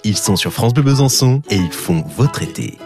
Ils sont sur France Bleu Besançon et ils font votre été.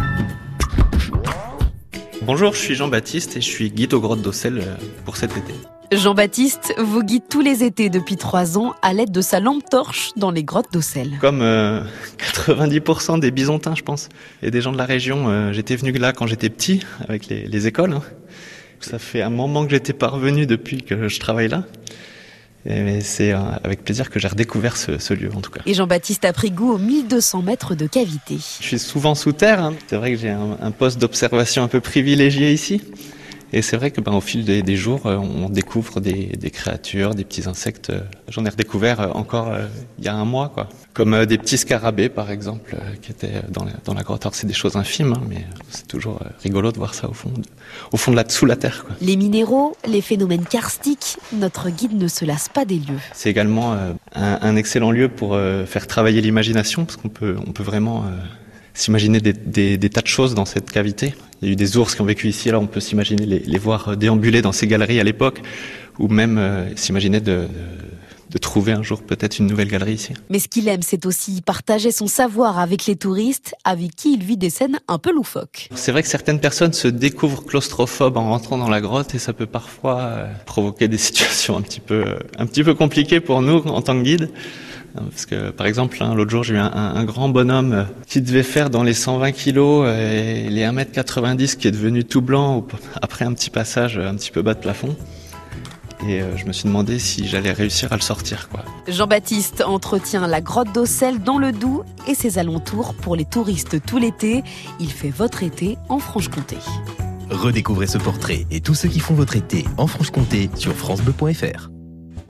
Bonjour, je suis Jean-Baptiste et je suis guide aux grottes d'Auxelles pour cet été. Jean-Baptiste vous guide tous les étés depuis 3 ans à l'aide de sa lampe torche dans les grottes d'Auxelles. Comme 90% des Bisontins, je pense, et des gens de la région, j'étais venu là quand j'étais petit avec les écoles. Ça fait un moment que j'étais pas revenu depuis que je travaille là. Mais c'est avec plaisir que j'ai redécouvert ce lieu en tout cas. Et Jean-Baptiste a pris goût aux 1200 mètres de cavité. Je suis souvent sous terre. C'est vrai que j'ai un poste d'observation un peu privilégié ici. Et c'est vrai que au fil des jours, on découvre des créatures, des petits insectes. J'en ai redécouvert encore il y a un mois, quoi. Comme des petits scarabées, par exemple, qui étaient dans la grotte. Alors c'est des choses infimes, mais c'est toujours rigolo de voir ça sous la terre, quoi. Les minéraux, les phénomènes karstiques, notre guide ne se lasse pas des lieux. C'est également un excellent lieu pour faire travailler l'imagination, parce qu'on peut vraiment s'imaginer des tas de choses dans cette cavité. Il y a eu des ours qui ont vécu ici, alors on peut s'imaginer les voir déambuler dans ces galeries à l'époque, ou même s'imaginer de trouver un jour peut-être une nouvelle galerie ici. Mais ce qu'il aime, c'est aussi partager son savoir avec les touristes, avec qui il vit des scènes un peu loufoques. C'est vrai que certaines personnes se découvrent claustrophobes en rentrant dans la grotte, et ça peut parfois provoquer des situations un petit peu compliquées pour nous en tant que guide. Parce que, par exemple, l'autre jour, j'ai eu un grand bonhomme qui devait faire dans les 120 kilos et les 1m90 qui est devenu tout blanc après un petit passage un petit peu bas de plafond. Et je me suis demandé si j'allais réussir à le sortir, quoi. Jean-Baptiste entretient la grotte d'Auxelles dans le Doubs et ses alentours pour les touristes tout l'été. Il fait votre été en Franche-Comté. Redécouvrez ce portrait et tous ceux qui font votre été en Franche-Comté sur francebleu.fr.